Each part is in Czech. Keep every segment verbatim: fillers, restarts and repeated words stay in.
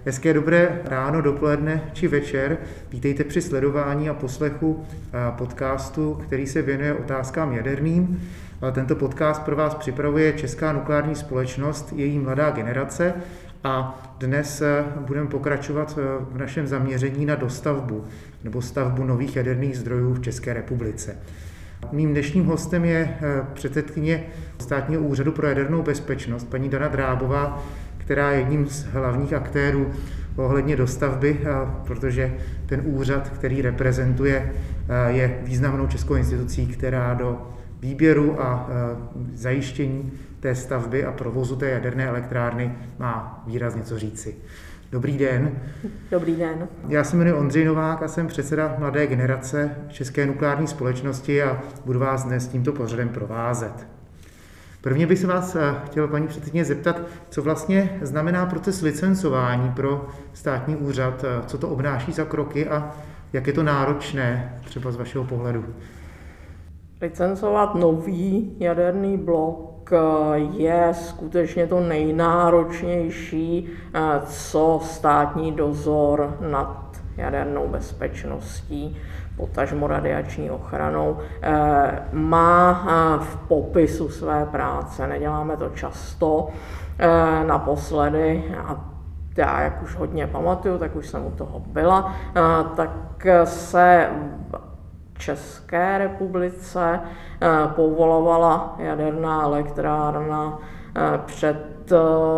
Hezké dobré ráno, dopoledne či večer. Vítejte při sledování a poslechu podcastu, který se věnuje otázkám jaderným. Tento podcast pro vás připravuje Česká nukleární společnost, její mladá generace, a dnes budeme pokračovat v našem zaměření na dostavbu nebo stavbu nových jaderných zdrojů v České republice. Mým dnešním hostem je předsedkyně Státního úřadu pro jadernou bezpečnost, paní Dana Drábová, která je jedním z hlavních aktérů ohledně dostavby, protože ten úřad, který reprezentuje, je významnou českou institucí, která do výběru a zajištění té stavby a provozu té jaderné elektrárny má výrazně co říci. Dobrý den. Dobrý den. Já se jmenuji Ondřej Novák a jsem předseda mladé generace České nukleární společnosti a budu vás dnes tímto pořadem provázet. Prvně bych se vás chtěl, paní předsedkyně, zeptat, co vlastně znamená proces licencování pro státní úřad, co to obnáší za kroky a jak je to náročné, třeba z vašeho pohledu. Licencovat nový jaderný blok je skutečně to nejnáročnější, co státní dozor nad jadernou bezpečností, potažmo radiační ochranou, má v popisu své práce. Neděláme to často. Naposledy, a já jak už hodně pamatuju, tak už jsem u toho byla, tak se v České republice povolovala jaderná elektrárna před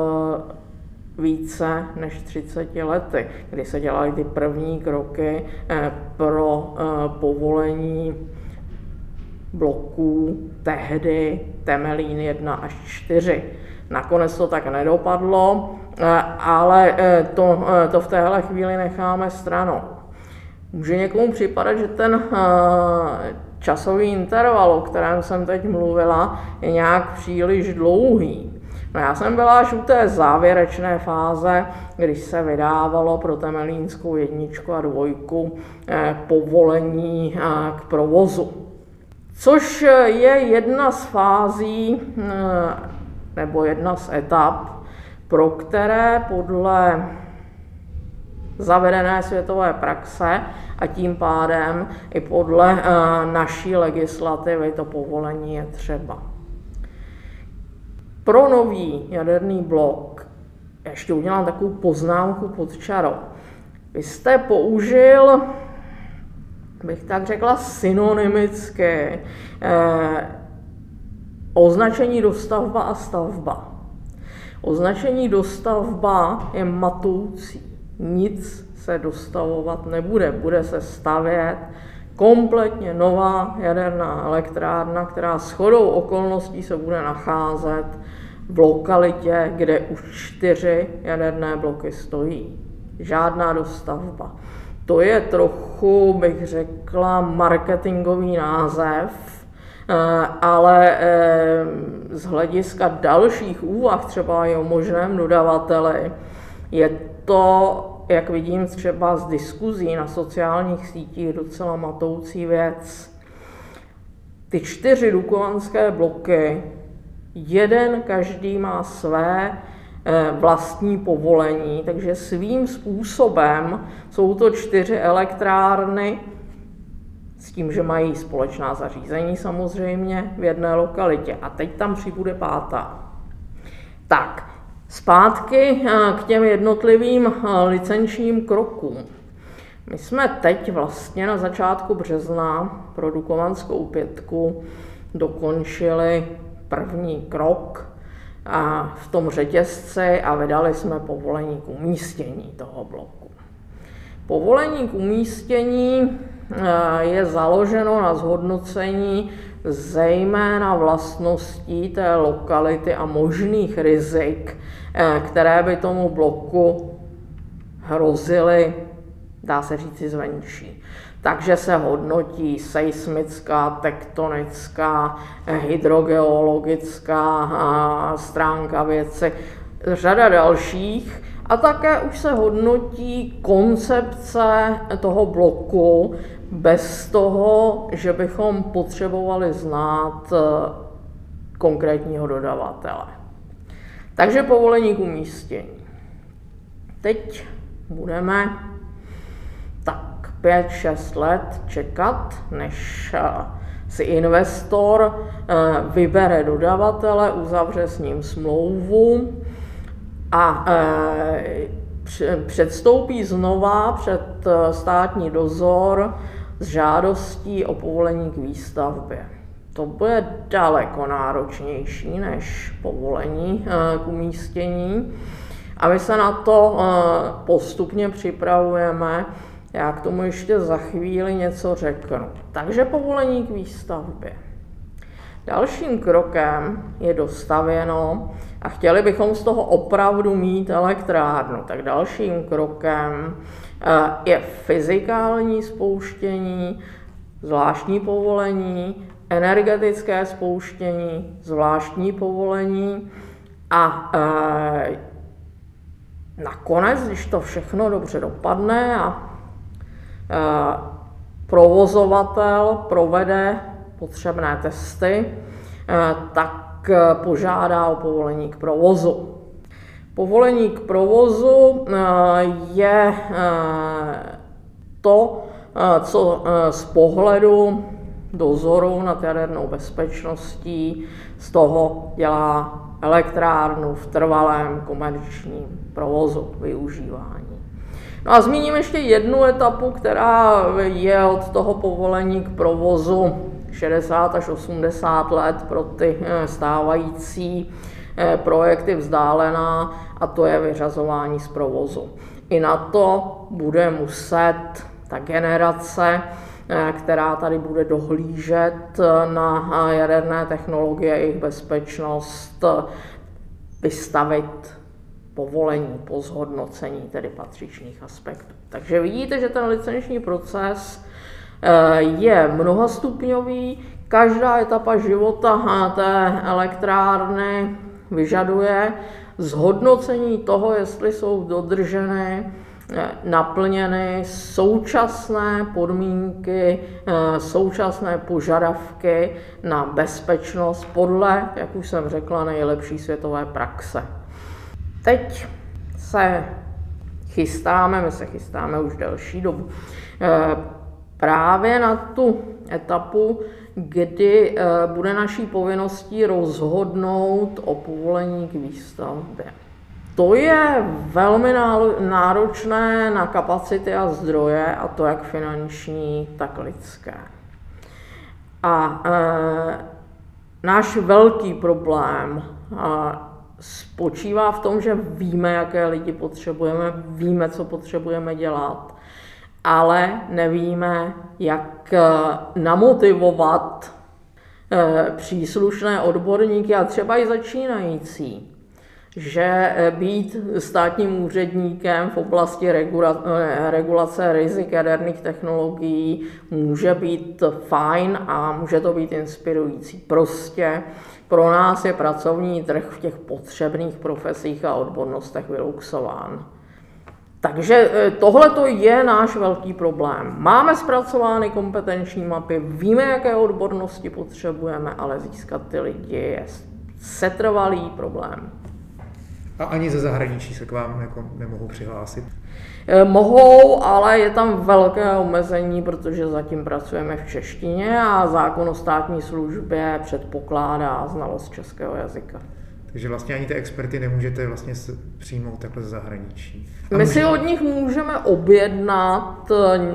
více než třiceti lety, kdy se dělaly ty první kroky pro povolení bloků tehdy Temelín jedna až čtyři. Nakonec to tak nedopadlo, ale to, to v téhle chvíli necháme stranou. Může někomu připadat, že ten časový interval, o kterém jsem teď mluvila, je nějak příliš dlouhý. No, já jsem byla až u té závěrečné fáze, když se vydávalo pro Temelínskou jedničku a dvojku povolení k provozu. Což je jedna z fází, nebo jedna z etap, pro které podle zavedené světové praxe a tím pádem i podle naší legislativy to povolení je třeba. Pro nový jaderný blok ještě udělám takovou poznámku pod čarou. Vy jste použil, bych tak řekla, synonymicky eh, označení dostavba a stavba. Označení dostavba je matoucí. Nic se dostavovat nebude. Bude se stavět kompletně nová jaderná elektrárna, která shodou okolností se bude nacházet v lokalitě, kde už čtyři jaderné bloky stojí. Žádná dostavba. To je trochu, bych řekla, marketingový název, ale z hlediska dalších úvah, třeba i o možném dodavateli, je to, jak vidím třeba z diskuzí na sociálních sítích, docela matoucí věc. Ty čtyři dukovanské bloky, jeden každý má své vlastní povolení, takže svým způsobem jsou to čtyři elektrárny, s tím, že mají společná zařízení samozřejmě v jedné lokalitě. A teď tam přibude pátá. Tak, zpátky k těm jednotlivým licenčním krokům. My jsme teď vlastně na začátku března pro Dukovanskou pětku dokončili první krok a v tom řetězci a vydali jsme povolení k umístění toho bloku. Povolení k umístění je založeno na zhodnocení zejména vlastností té lokality a možných rizik, které by tomu bloku hrozily, dá se říci, zvenčí. Takže se hodnotí seismická, tektonická, hydrogeologická stránka věci, řada dalších. A také už se hodnotí koncepce toho bloku bez toho, že bychom potřebovali znát konkrétního dodavatele. Takže povolení k umístění. Teď budeme tak pět šest let čekat, než si investor vybere dodavatele, uzavře s ním smlouvu a předstoupí znova před státní dozor s žádostí o povolení k výstavbě. To bude daleko náročnější než povolení k umístění a my se na to postupně připravujeme. Já k tomu ještě za chvíli něco řeknu. Takže povolení k výstavbě. Dalším krokem je dostavěno a chtěli bychom z toho opravdu mít elektrárnu. Tak dalším krokem je fyzikální spouštění, zvláštní povolení, energetické spouštění, zvláštní povolení a e, nakonec, když to všechno dobře dopadne a e, provozovatel provede potřebné testy, e, tak požádá o povolení k provozu. Povolení k provozu e, je e, to, e, co e, z pohledu dozoru nad jadernou bezpečností z toho dělá elektrárnu v trvalém komerčním provozu využívání. No a zmíním ještě jednu etapu, která je od toho povolení k provozu šedesát až osmdesát let pro ty stávající projekty vzdálená, a to je vyřazování z provozu. I na to bude muset ta generace, která tady bude dohlížet na jaderné technologie a jejich bezpečnost, vystavit povolení po zhodnocení tedy patřičných aspektů. Takže vidíte, že ten licenční proces je mnohostupňový. Každá etapa života té elektrárny vyžaduje zhodnocení toho, jestli jsou dodrženy, naplněny současné podmínky, současné požadavky na bezpečnost podle, jak už jsem řekla, nejlepší světové praxe. Teď se chystáme, my se chystáme už delší dobu, právě na tu etapu, kdy bude naší povinností rozhodnout o povolení k výstavbě. To je velmi náročné na kapacity a zdroje, a to jak finanční, tak lidské. A e, náš velký problém e, spočívá v tom, že víme, jaké lidi potřebujeme, víme, co potřebujeme dělat, ale nevíme, jak namotivovat e, příslušné odborníky a třeba i začínající, že být státním úředníkem v oblasti regula, regulace rizik jaderných technologií může být fajn a může to být inspirující. Prostě pro nás je pracovní trh v těch potřebných profesích a odbornostech vyluxován. Takže tohle to je náš velký problém. Máme zpracovány kompetenční mapy, víme, jaké odbornosti potřebujeme, ale získat ty lidi je setrvalý problém. A ani ze zahraničí se k vám jako nemohou přihlásit? Mohou, ale je tam velké omezení, protože zatím pracujeme v češtině a zákon o státní službě předpokládá znalost českého jazyka. Takže vlastně ani ty experty nemůžete vlastně přijmout takhle ze zahraničí. A My může... si od nich můžeme objednat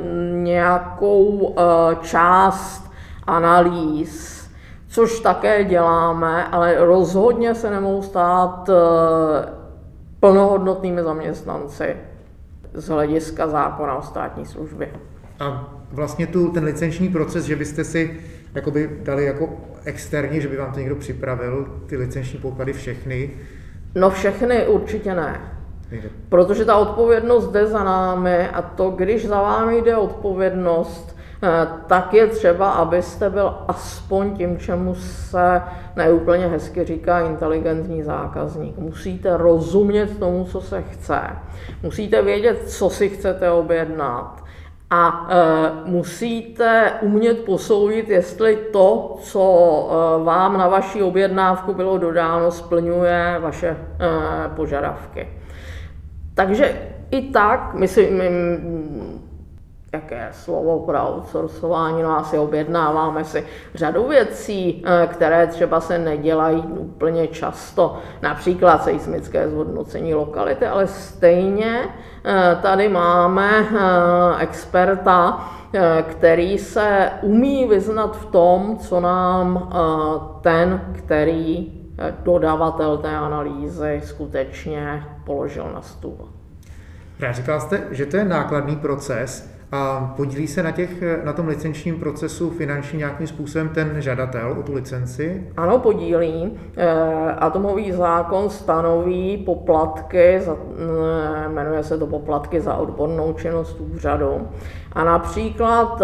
nějakou část analýz, což také děláme, ale rozhodně se nemohou stát plnohodnotnými zaměstnanci z hlediska zákona o státní službě. A vlastně tu, ten licenční proces, že byste si jakoby dali jako externě, že by vám to někdo připravil, ty licenční podklady všechny? No všechny určitě ne. Nejde. Protože ta odpovědnost jde za námi a to, když za vámi jde odpovědnost, tak je třeba, abyste byl aspoň tím, čemu se neúplně hezky říká inteligentní zákazník. Musíte rozumět tomu, co se chce. Musíte vědět, co si chcete objednat. A e, musíte umět posoudit, jestli to, co e, vám na vaši objednávku bylo dodáno, splňuje vaše e, požadavky. Takže i tak, my si, my, jaké slovo pro outsourcování, no asi objednáváme si řadu věcí, které třeba se nedělají úplně často, například seismické zhodnocení lokality, ale stejně tady máme experta, který se umí vyznat v tom, co nám ten, který dodavatel té analýzy skutečně položil na stůl. Říkal jste, že to je nákladný proces a podílí se na, těch, na tom licenčním procesu finančně nějakým způsobem ten žadatel o tu licenci? Ano, podílí. Atomový zákon stanoví poplatky, za, jmenuje se to poplatky za odbornou činnost úřadu. A například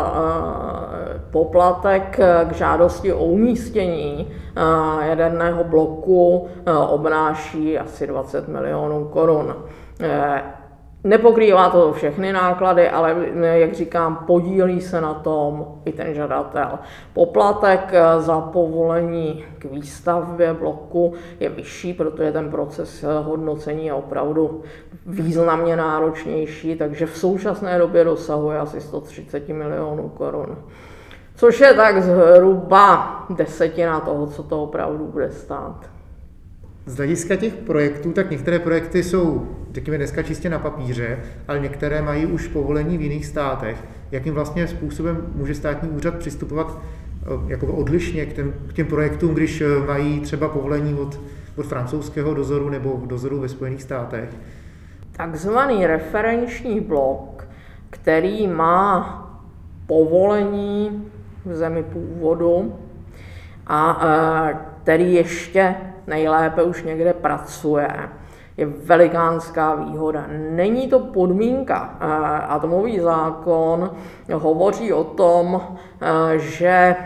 poplatek k žádosti o umístění jaderného bloku obnáší asi dvacet milionů korun. Nepokrývá to všechny náklady, ale jak říkám, podílí se na tom i ten žadatel. Poplatek za povolení k výstavbě bloku je vyšší, protože ten proces hodnocení je opravdu významně náročnější, takže v současné době dosahuje asi sto třicet milionů korun. Což je tak zhruba desetina toho, co to opravdu bude stát. Z hlediska těch projektů, tak některé projekty jsou, řekněme, dneska čistě na papíře, ale některé mají už povolení v jiných státech. Jakým vlastně způsobem může státní úřad přistupovat jako odlišně k těm, k těm projektům, když mají třeba povolení od, od francouzského dozoru nebo dozoru ve Spojených státech? Takzvaný referenční blok, který má povolení v zemi původu a který ještě nejlépe už někde pracuje, je velikánská výhoda. Není to podmínka. Atomový zákon hovoří o tom, že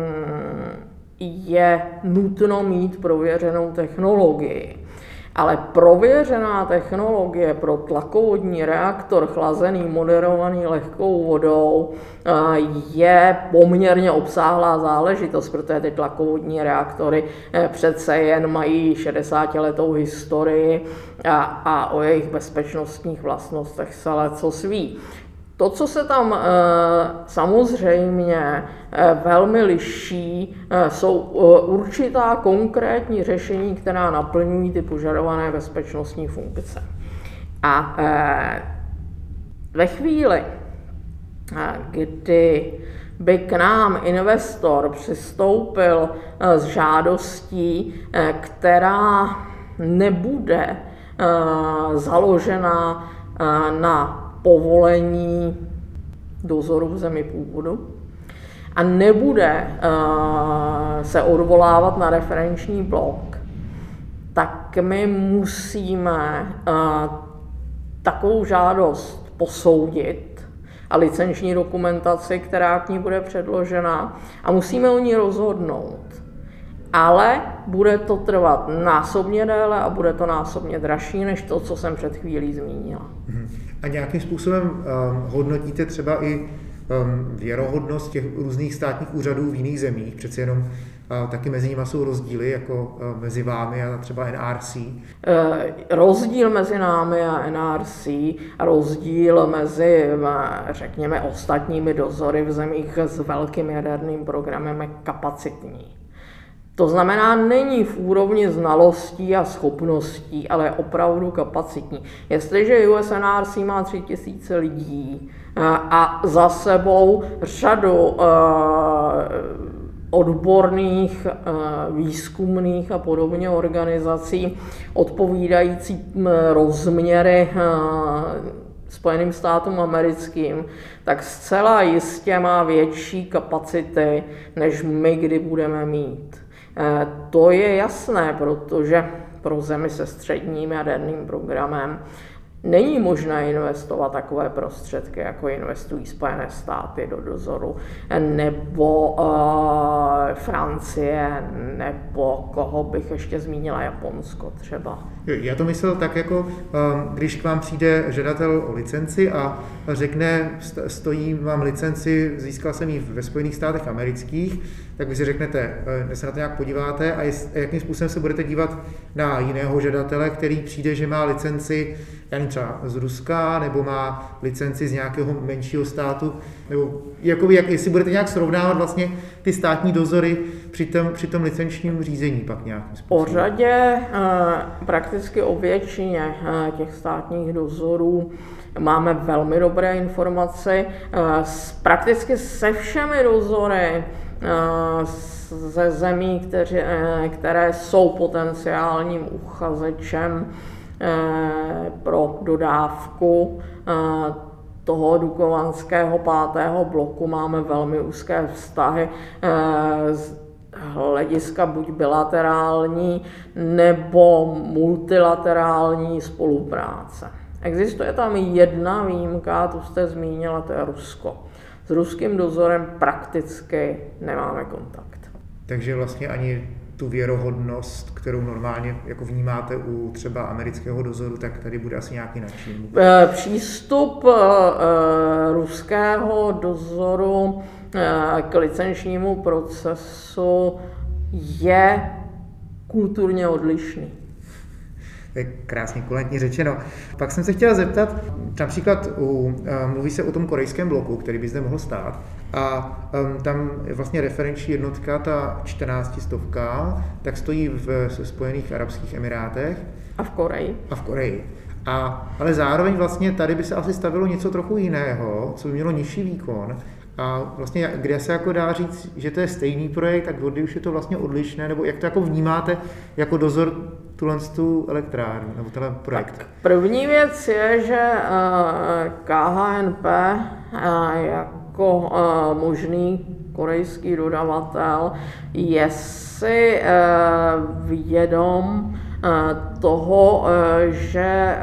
je nutno mít prověřenou technologii. Ale prověřená technologie pro tlakovodní reaktor chlazený, moderovaný lehkou vodou je poměrně obsáhlá záležitost, protože ty tlakovodní reaktory přece jen mají šedesátiletou historii a, a o jejich bezpečnostních vlastnostech se lecos ví. To, co se tam e, samozřejmě e, velmi liší, e, jsou e, určitá konkrétní řešení, která naplňují ty požadované bezpečnostní funkce. A e, ve chvíli, e, kdy by k nám investor přistoupil e, s žádostí, e, která nebude e, založena e, na povolení dozoru v zemi původu a nebude uh, se odvolávat na referenční blok, tak my musíme uh, takovou žádost posoudit a licenční dokumentaci, která k ní bude předložena, a musíme o ní rozhodnout. Ale bude to trvat násobně déle a bude to násobně dražší než to, co jsem před chvílí zmínila. A nějakým způsobem um, hodnotíte třeba i um, věrohodnost těch různých státních úřadů v jiných zemích? Přeci jenom uh, taky mezi nimi jsou rozdíly, jako uh, mezi vámi a třeba N R C? Uh, rozdíl mezi námi a N R C a rozdíl mezi, řekněme, ostatními dozory v zemích s velkým jaderným programem je kapacitní. To znamená, není v úrovni znalostí a schopností, ale opravdu kapacitní. Jestliže U S N R C má tři tisíce lidí a za sebou řadu odborných, výzkumných a podobně organizací odpovídající rozměry Spojeným státům americkým, tak zcela jistě má větší kapacity, než my kdy budeme mít. To je jasné, protože pro zemi se středním jaderným programem Není možné investovat takové prostředky, jako investují Spojené státy do dozoru, nebo uh, Francie, nebo koho bych ještě zmínila, Japonsko třeba. Já to myslel tak, jako když k vám přijde žadatel o licenci a řekne, stojí vám licenci, získal jsem ji ve Spojených státech amerických, tak vy si řeknete, že se na to nějak podíváte a jakým způsobem se budete dívat na jiného žadatele, který přijde, že má licenci třeba z Ruska, nebo má licenci z nějakého menšího státu, nebo jakoby, jak, jestli budete nějak srovnávat vlastně ty státní dozory při tom, při tom licenčním řízení pak nějakým způsobem. O řadě, prakticky o většině těch státních dozorů máme velmi dobré informace. Prakticky se všemi dozory ze zemí, které, které jsou potenciálním uchazečem pro dodávku toho dukovanského pátého bloku, máme velmi úzké vztahy z hlediska buď bilaterální nebo multilaterální spolupráce. Existuje tam jedna výjimka, tu jste zmínila, to je Rusko. S ruským dozorem prakticky nemáme kontakt. Takže vlastně ani tu věrohodnost, kterou normálně jako vnímáte u třeba amerického dozoru, tak tady bude asi nějaký način. Přístup ruského dozoru k licenčnímu procesu je kulturně odlišný. To je krásně kulantně řečeno. Pak jsem se chtěla zeptat, například u, mluví se o tom korejském bloku, který by zde mohl stát, a um, tam vlastně referenční jednotka, ta čtrnáctistovka, tak stojí v Spojených arabských emirátech. A v Koreji. A v Koreji. A, ale zároveň vlastně tady by se asi stavilo něco trochu jiného, co by mělo nižší výkon. A vlastně kde se jako dá říct, že to je stejný projekt, tak kdy už je to vlastně odlišné, nebo jak to jako vnímáte jako dozor tuhle tu elektrárnu, nebo tenhle projekt? Tak první věc je, že K H N P jako možný korejský dodavatel je si vědom toho, že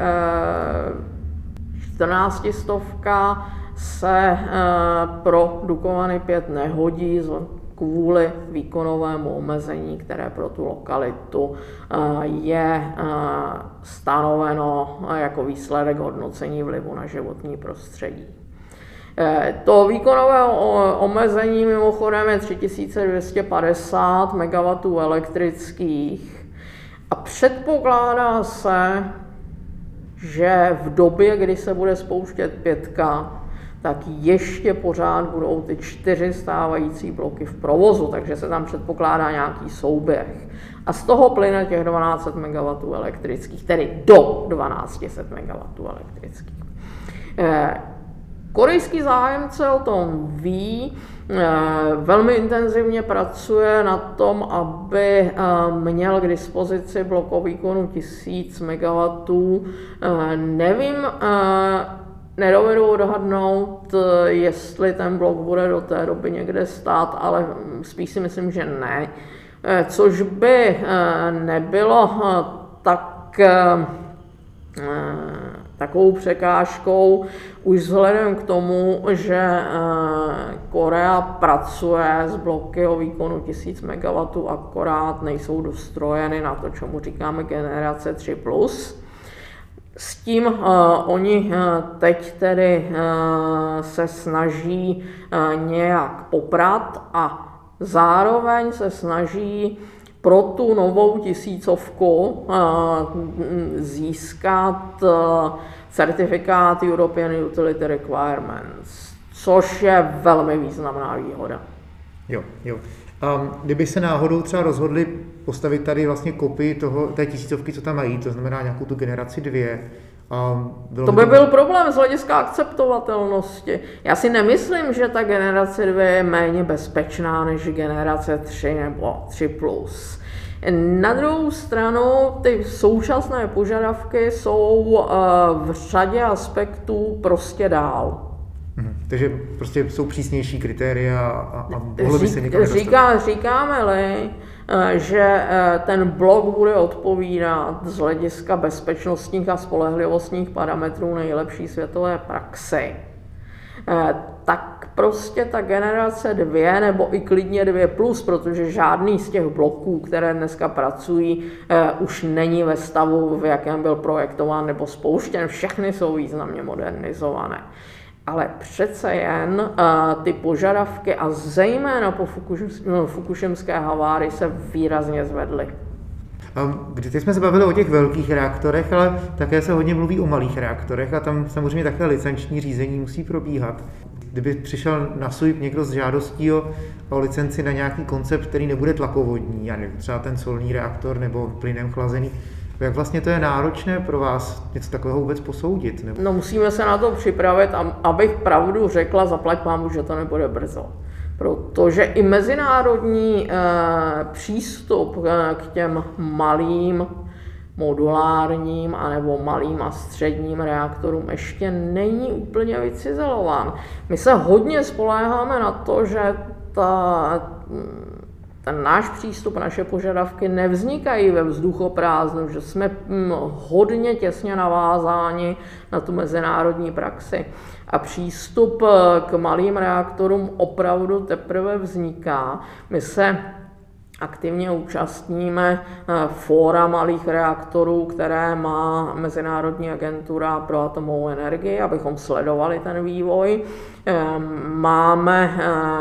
čtrnáctistovka se pro Dukovany pět nehodí kvůli výkonovému omezení, které pro tu lokalitu je stanoveno jako výsledek hodnocení vlivu na životní prostředí. To výkonové omezení mimochodem je tři tisíce dvě stě padesát megawattů elektrických a předpokládá se, že v době, kdy se bude spouštět pětka, tak ještě pořád budou ty čtyři stávající bloky v provozu, takže se tam předpokládá nějaký souběh. A z toho plyne těch dvanáct set megawattů elektrických, tedy do dvanáct set megawattů elektrických. Korejský zájemce o tom ví, velmi intenzivně pracuje na tom, aby měl k dispozici blok o výkonu tisíc megawattů. Nevím, nedovedu odhadnout, jestli ten blok bude do té doby někde stát, ale spíš si myslím, že ne. Což by nebylo tak takovou překážkou už vzhledem k tomu, že Korea pracuje s bloky o výkonu tisíc megawattů, akorát nejsou dostrojeny na to, čemu říkáme generace tři plus. S tím uh, oni uh, teď tedy uh, se snaží uh, nějak poprat a zároveň se snaží pro tu novou tisícovku uh, získat uh, certifikát European Utility Requirements, což je velmi významná výhoda. Jo, jo. A kdyby se náhodou třeba rozhodli postavit tady vlastně kopii toho, té tisícovky, co tam mají, to znamená nějakou tu generaci dvě. A to by byl problém z hlediska akceptovatelnosti. Já si nemyslím, že ta generace dvě je méně bezpečná než generace tři nebo tři plus. Na druhou stranu ty současné požadavky jsou v řadě aspektů prostě dál. Mhm. Takže prostě jsou přísnější kritéria a, a mohlo by se někam Říká, Říkáme-li, že ten blok bude odpovídat z hlediska bezpečnostních a spolehlivostních parametrů nejlepší světové praxi, tak prostě ta generace dvě nebo i klidně dvě plus, protože žádný z těch bloků, které dneska pracují, už není ve stavu, v jakém byl projektován nebo spouštěn, všechny jsou významně modernizované. Ale přece jen uh, ty požadavky a zejména po fukušimské havárii se výrazně zvedly. Když jsme se bavili o těch velkých reaktorech, ale také se hodně mluví o malých reaktorech a tam samozřejmě také licenční řízení musí probíhat. Kdyby přišel na S U I P někdo s žádostí o, o licenci na nějaký koncept, který nebude tlakovodní, já nevím, třeba ten solný reaktor nebo plynem chlazený, jak vlastně to je náročné pro vás něco takového vůbec posoudit? Nebo? No musíme se na to připravit, abych pravdu řekla, zaplať pámu, že to nebude brzo. Protože i mezinárodní eh, přístup eh, k těm malým modulárním anebo malým a středním reaktorům ještě není úplně vycizelován. My se hodně spoléháme na to, že ta, ten náš přístup, naše požadavky nevznikají ve vzduchoprázdnu, že jsme hodně těsně navázáni na tu mezinárodní praxi. A přístup k malým reaktorům opravdu teprve vzniká. My se aktivně účastníme fóra malých reaktorů, které má Mezinárodní agentura pro atomovou energii, abychom sledovali ten vývoj. Máme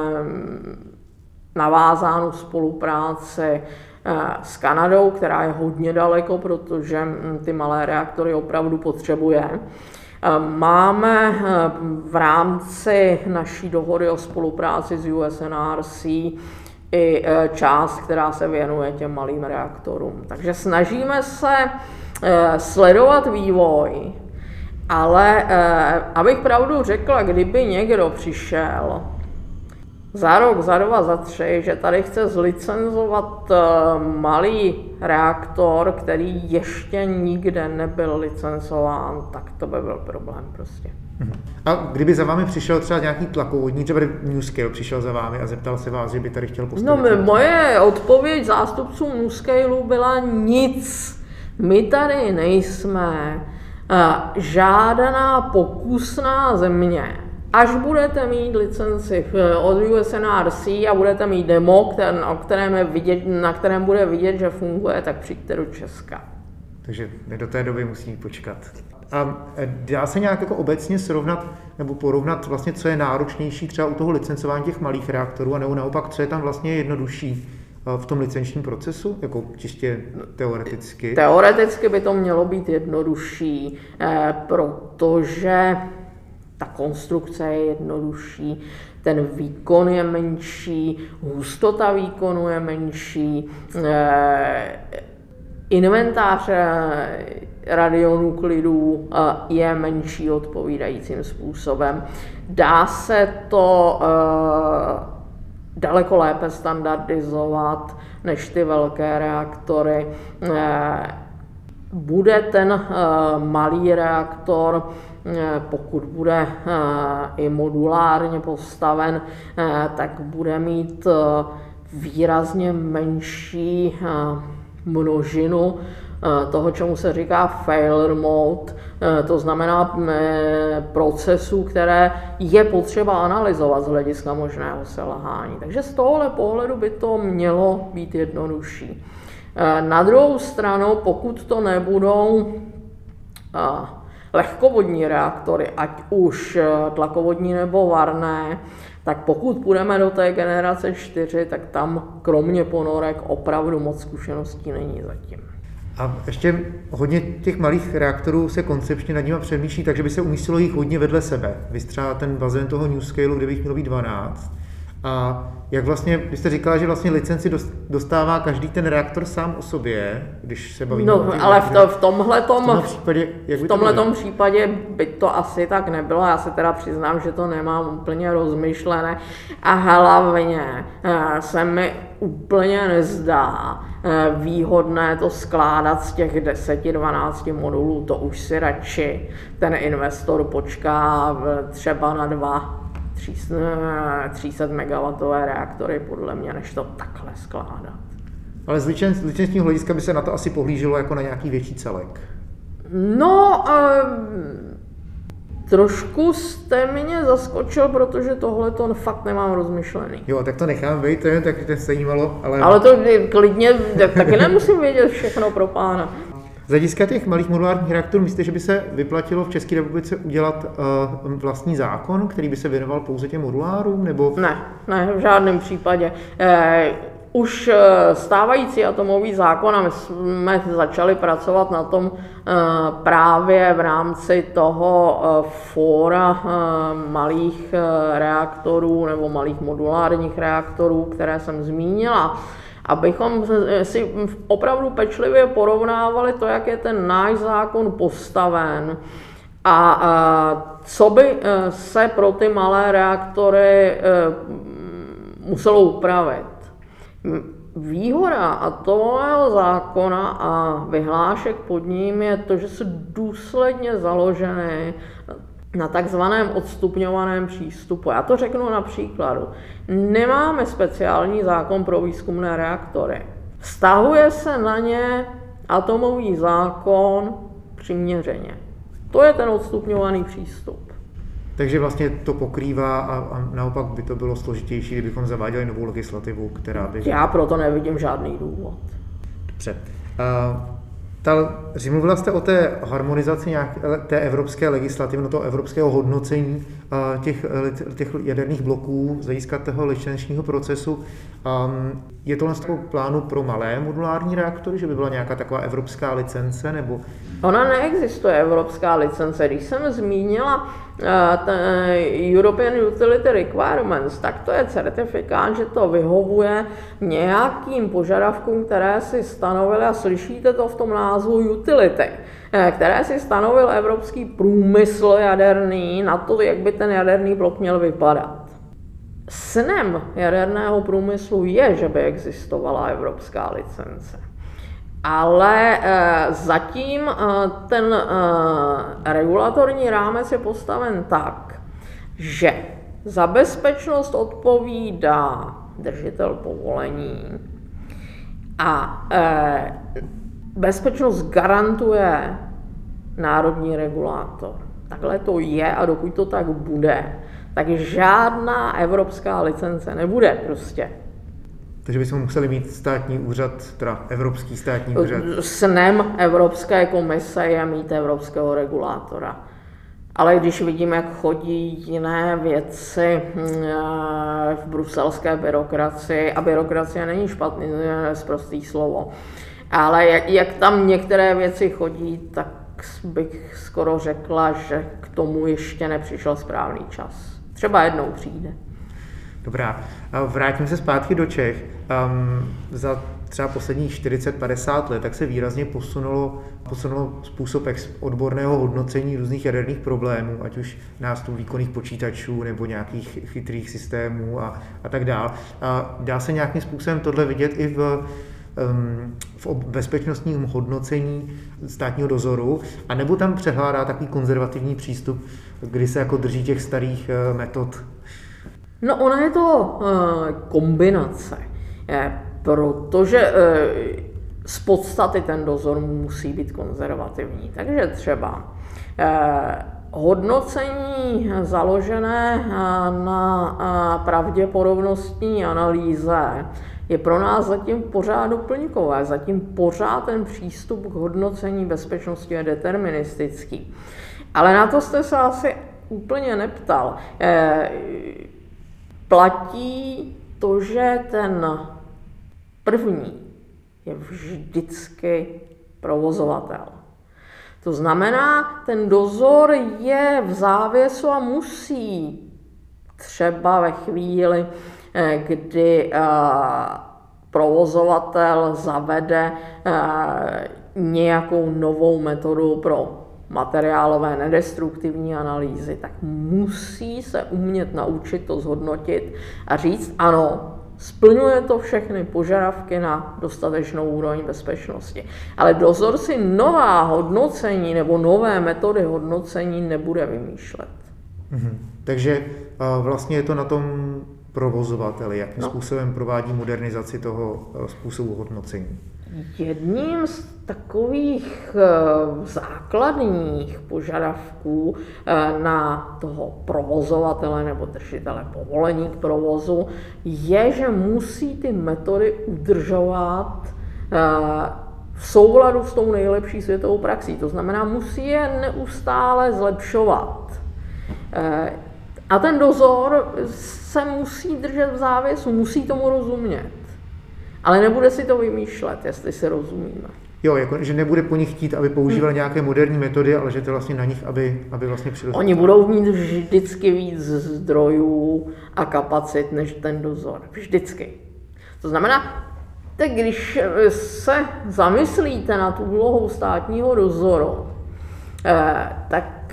navázánou spolupráci s Kanadou, která je hodně daleko, protože ty malé reaktory opravdu potřebuje. Máme v rámci naší dohody o spolupráci s U S N R C i část, která se věnuje těm malým reaktorům. Takže snažíme se sledovat vývoj, ale abych pravdu řekla, kdyby někdo přišel za rok, za dva, za tři, že tady chce zlicenzovat malý reaktor, který ještě nikde nebyl licencován, tak to by byl problém prostě. A kdyby za vámi přišel třeba nějaký tlakovodní, třeba NuScale přišel za vámi a zeptal se vás, že by tady chtěl postavit? No, moje odpověď zástupců NuScaleu byla nic. My tady nejsme žádná pokusná země. Až budete mít licenci od U S N R C a budete mít demo, který, o kterém je vidět, na kterém bude vidět, že funguje, tak přijďte do Česka. Takže do té doby musí počkat. A dá se nějak jako obecně srovnat nebo porovnat vlastně, co je náročnější třeba u toho licencování těch malých reaktorů, a nebo naopak, co je tam vlastně jednodušší v tom licenčním procesu, jako čistě teoreticky? Teoreticky by to mělo být jednodušší, protože ta konstrukce je jednodušší, ten výkon je menší, hustota výkonu je menší, inventář radionuklidů je menší odpovídajícím způsobem. Dá se to daleko lépe standardizovat než ty velké reaktory. Bude ten malý reaktor, pokud bude i modulárně postaven, tak bude mít výrazně menší množinu toho, čemu se říká failure mode, to znamená procesů, které je potřeba analyzovat z hlediska možného selhání. Takže z tohohle pohledu by to mělo být jednodušší. Na druhou stranu, pokud to nebudou lehkovodní reaktory, ať už tlakovodní nebo varné, tak pokud půjdeme do té generace čtyři, tak tam kromě ponorek opravdu moc zkušeností není zatím. A ještě hodně těch malých reaktorů se koncepčně nad nimi přemýšlí, takže by se umístilo jich hodně vedle sebe. Vy třeba ten bazén toho NuScaleu, kde bych mělo být dvanáct. A jak vlastně, vy jste říkala, že vlastně licenci dostává každý ten reaktor sám o sobě, když se bavíme no, o těch, ale v, to, v tomhletom, v tomhle případě, jak by v tomhletom případě by to asi tak nebylo. Já se teda přiznám, že to nemám úplně rozmyšlené a hlavně se mi úplně nezdá výhodné to skládat z těch deseti dvanáct modulů. To už si radši ten investor počká třeba na dva tři sta megawattové reaktory, podle mě, než to takhle skládat. Ale z licenčního hlediska by se na to asi pohlíželo jako na nějaký větší celek. No, um, trošku jste mě zaskočil, protože tohle to fakt nemám rozmyšlený. Jo, tak to nechám být, tak to se zajímalo, ale... Ale to klidně, taky nemusím vědět všechno pro pána. Z hlediska těch malých modulárních reaktorů, myslíte, že by se vyplatilo v České republice udělat uh, vlastní zákon, který by se věnoval pouze těm modulárům, nebo... Ne, ne, v žádném případě. Eh, Už stávající atomový zákon, a my jsme začali pracovat na tom právě v rámci toho fóra malých reaktorů nebo malých modulárních reaktorů, které jsem zmínila, abychom si opravdu pečlivě porovnávali to, jak je ten náš zákon postaven a co by se pro ty malé reaktory muselo upravit. Výhoda atomového zákona a vyhlášek pod ním je to, že jsou důsledně založeny na takzvaném odstupňovaném přístupu. Já to řeknu na příkladu. Nemáme speciální zákon pro výzkumné reaktory. Vztahuje se na ně atomový zákon přiměřeně. To je ten odstupňovaný přístup. Takže vlastně to pokrývá a, a naopak by to bylo složitější, kdybychom zaváděli novou legislativu, která by... Já proto nevidím žádný důvod. Dobře. Uh, ta, mluvila jste o té harmonizaci nějak, té evropské legislativy, no toho evropského hodnocení uh, těch, těch jaderných bloků z hlediska toho licenčního procesu. Um, je to z toho plánu pro malé modulární reaktory, že by byla nějaká taková evropská licence, nebo... Ona neexistuje, evropská licence. Když jsem zmínila uh, European Utility Requirements, tak to je certifikát, že to vyhovuje nějakým požadavkům, které si stanovily, a slyšíte to v tom názvu utility, které si stanovil evropský průmysl jaderný na to, jak by ten jaderný blok měl vypadat. Snem jaderného průmyslu je, že by existovala evropská licence. Ale e, zatím e, ten e, regulatorní rámec je postaven tak, že za bezpečnost odpovídá držitel povolení a e, bezpečnost garantuje národní regulátor. Takhle to je a dokud to tak bude, tak žádná evropská licence nebude prostě. Takže bychom museli mít státní úřad, teda evropský státní úřad. Snem Evropské komise je mít evropského regulátora. Ale když vidím, jak chodí jiné věci v bruselské byrokracii, a byrokracie není špatný, sprostý slovo, ale jak, jak tam některé věci chodí, tak bych skoro řekla, že k tomu ještě nepřišel správný čas. Třeba jednou přijde. Dobrá, vrátím se zpátky do Čech. Um, za třeba posledních čtyřicet padesát let tak se výrazně posunulo, posunulo způsob odborného hodnocení různých jaderných problémů, ať už nástup výkonných počítačů nebo nějakých chytrých systémů a, a tak dále. A dá se nějakým způsobem tohle vidět i v, um, v bezpečnostním hodnocení státního dozoru, a nebo tam přehládá takový konzervativní přístup, kdy se jako drží těch starých uh, metod? No, ona je to uh, kombinace, je, protože uh, z podstaty ten dozor musí být konzervativní. Takže třeba uh, hodnocení založené uh, na uh, pravděpodobnostní analýze je pro nás zatím pořád doplňkové, zatím pořád ten přístup k hodnocení bezpečnosti je deterministický. Ale na to jste se asi úplně neptal. Uh, Platí to, že ten první je vždycky provozovatel. To znamená, ten dozor je v závěsu a musí třeba ve chvíli, kdy provozovatel zavede nějakou novou metodu pro materiálové nedestruktivní analýzy, tak musí se umět naučit to zhodnotit a říct, ano, splňuje to všechny požadavky na dostatečnou úroveň bezpečnosti. Ale dozor si nová hodnocení nebo nové metody hodnocení nebude vymýšlet. Mhm. Takže vlastně je to na tom provozovateli, jakým no. způsobem provádí modernizaci toho způsobu hodnocení? Jedním z takových základních požadavků na toho provozovatele nebo držitele povolení k provozu je, že musí ty metody udržovat v souladu s tou nejlepší světovou praxí. To znamená, musí je neustále zlepšovat. A ten dozor se musí držet v závěsu, musí tomu rozumět. Ale nebude si to vymýšlet, jestli si rozumíme. Jo, jako, že nebude po nich chtít, aby používali nějaké moderní metody, ale že to vlastně na nich, aby, aby vlastně přirostli. Oni budou mít vždycky víc zdrojů a kapacit než ten dozor. Vždycky. To znamená, tak když se zamyslíte na tu úlohu státního dozoru, tak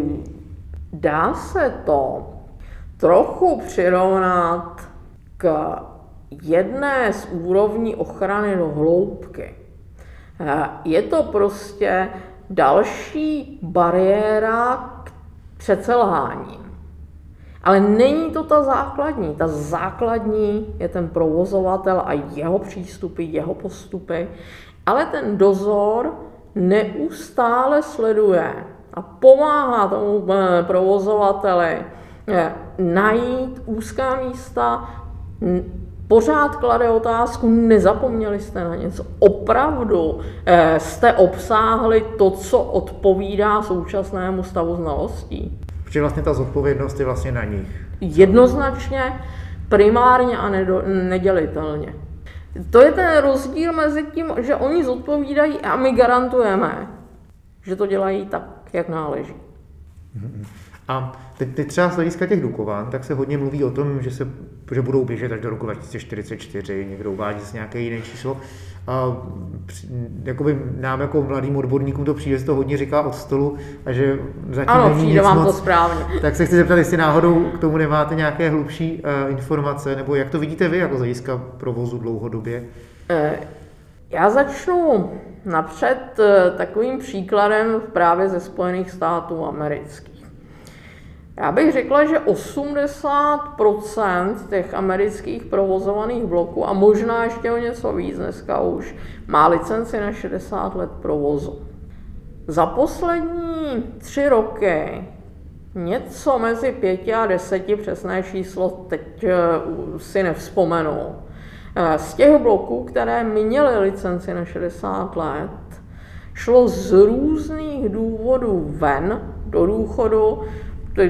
dá se to trochu přirovnat k jedné z úrovní ochrany do hloubky. Je to prostě další bariéra před selháním. Ale není to ta základní. Ta základní je ten provozovatel a jeho přístupy, jeho postupy. Ale ten dozor neustále sleduje a pomáhá tomu provozovateli najít úzká místa, pořád klade otázku, nezapomněli jste na něco, opravdu eh, jste obsáhli to, co odpovídá současnému stavu znalostí. Protože vlastně ta zodpovědnost je vlastně na nich. Jednoznačně, primárně a nedo, nedělitelně. To je ten rozdíl mezi tím, že oni zodpovídají a my garantujeme, že to dělají tak, jak náleží. A teď, teď třeba z hlediska těch Dukovan, tak se hodně mluví o tom, že, se, že budou běžet až do roku dva tisíce čtyřicet čtyři, někdo uvádí z nějaké jiné číslo. A jakoby nám jako mladým odborníkům to přijde, že to hodně říká od stolu a že zatím ano, není přijde nic vám moc. To správně. Tak se chci zeptat, jestli náhodou k tomu nemáte nějaké hlubší uh, informace, nebo jak to vidíte vy jako z hlediska provozu dlouhodobě? Já začnu napřed takovým příkladem právě ze Spojených států amerických. Já bych řekla, že osmdesát procent těch amerických provozovaných bloků a možná ještě o něco víc dneska už má licenci na šedesát let provozu. Za poslední tři roky něco mezi pěti a deseti, přesné číslo teď si nevzpomenu, z těch bloků, které měly licenci na šedesát let, šlo z různých důvodů ven do důchodu. Teď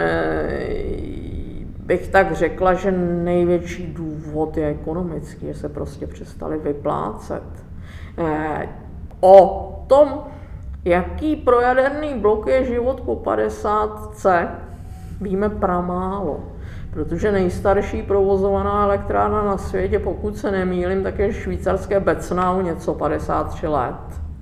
bych tak řekla, že největší důvod je ekonomický, že se prostě přestali vyplácet. O tom, jaký pro jaderný blok je život po padesátce, víme pramálo. Protože nejstarší provozovaná elektrárna na světě, pokud se nemýlím, tak je švýcarské Betznau, něco padesát tři let.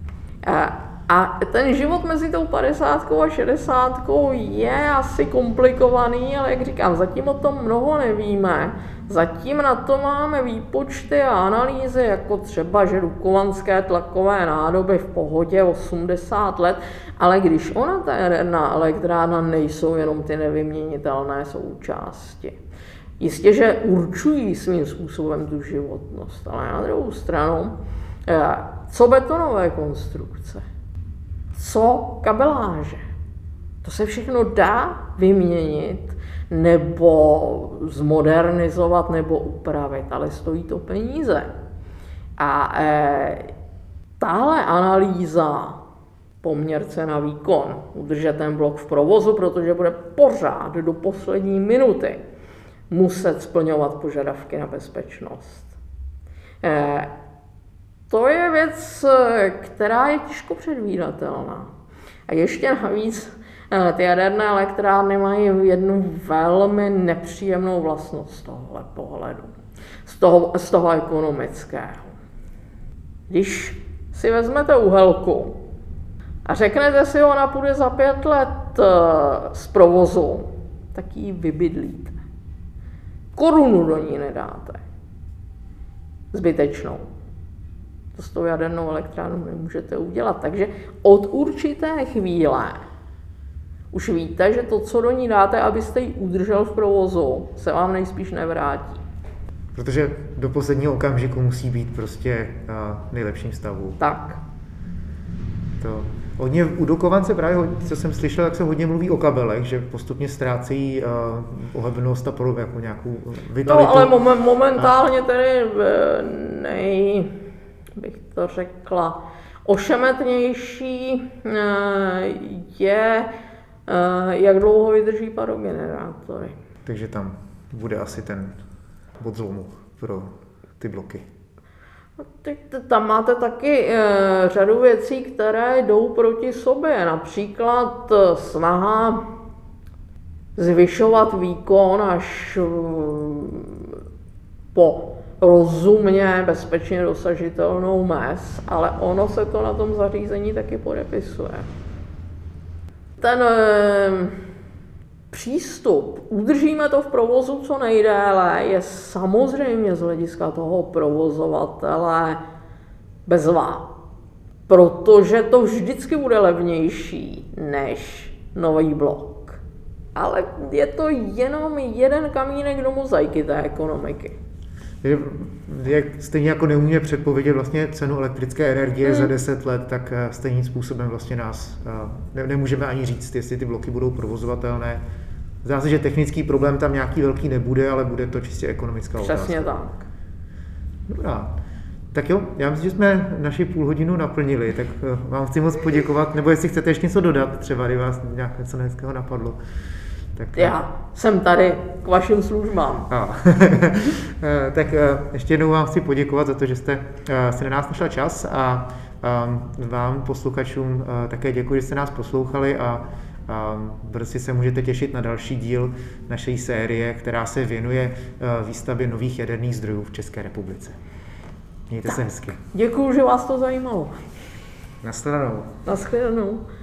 A ten život mezi tou padesátkou a šedesátkou je asi komplikovaný, ale jak říkám, zatím o tom mnoho nevíme. Zatím na to máme výpočty a analýzy, jako třeba, že dukovanské tlakové nádoby v pohodě osmdesát let, ale když ona, ta jaderná elektrárna, nejsou jenom ty nevyměnitelné součásti. Jistě, že určují svým způsobem tu životnost, ale na druhou stranu, co betonové konstrukce? Co kabeláže? To se všechno dá vyměnit nebo zmodernizovat nebo upravit, ale stojí to peníze. A e, tahle analýza poměr cena výkon, udržet ten blok v provozu, protože bude pořád do poslední minuty muset splňovat požadavky na bezpečnost. E, To je věc, která je těžko předvídatelná. A ještě navíc ty jaderné elektrárny mají jednu velmi nepříjemnou vlastnost z tohohle pohledu, z toho, z toho ekonomického. Když si vezmete uhelku a řeknete si, ona půjde za pět let z provozu, tak ji vybydlíte. Korunu do ní nedáte. Zbytečnou. To s tou jadernou elektrárnou nemůžete udělat. Takže od určité chvíle už víte, že to, co do ní dáte, abyste ji udržel v provozu, se vám nejspíš nevrátí. Protože do posledního okamžiku musí být prostě v nejlepším stavu. Tak. To hodně u Dukovan se právě, co jsem slyšel, tak se hodně mluví o kabelech, že postupně ztrácejí uh, ohebnost a podobně, jako nějakou vitalitu. No, ale mom- momentálně tedy nej, bych to řekla, ošemetnější uh, je, uh, jak dlouho vydrží parogenerátory. Takže tam bude asi ten bod zlomu pro ty bloky. Teď tam máte taky e, řadu věcí, které jdou proti sobě. Například e, snaha zvyšovat výkon až e, po rozumně, bezpečně dosažitelnou mez, ale ono se to na tom zařízení taky podepisuje. Ten e, přístup, udržíme to v provozu co nejdéle, je samozřejmě z hlediska toho provozovatele bezvá. Protože to vždycky bude levnější než nový blok. Ale je to jenom jeden kamínek do mozaiky té ekonomiky. Jak stejně jako neumíme předpovědět vlastně cenu elektrické energie hmm. za deset let, tak stejným způsobem vlastně nás ne, nemůžeme ani říct, jestli ty bloky budou provozovatelné. Zdá se, že technický problém tam nějaký velký nebude, ale bude to čistě ekonomická otázka. Přesně tak. Dobrá. Tak jo, já myslím, že jsme naši půl hodinu naplnili, tak vám chci moc poděkovat, nebo jestli chcete ještě něco dodat, třeba kdyby vás nějak něco hezkého napadlo. Tak, já jsem tady k vašim službám. A, tak ještě jednou vám chci poděkovat za to, že jste si na nás našla čas a vám, posluchačům, také děkuji, že jste nás poslouchali a brzy se můžete těšit na další díl naší série, která se věnuje výstavbě nových jaderných zdrojů v České republice. Mějte tak se hezky. Děkuji, že vás to zajímalo. Nashledanou. Nashledanou.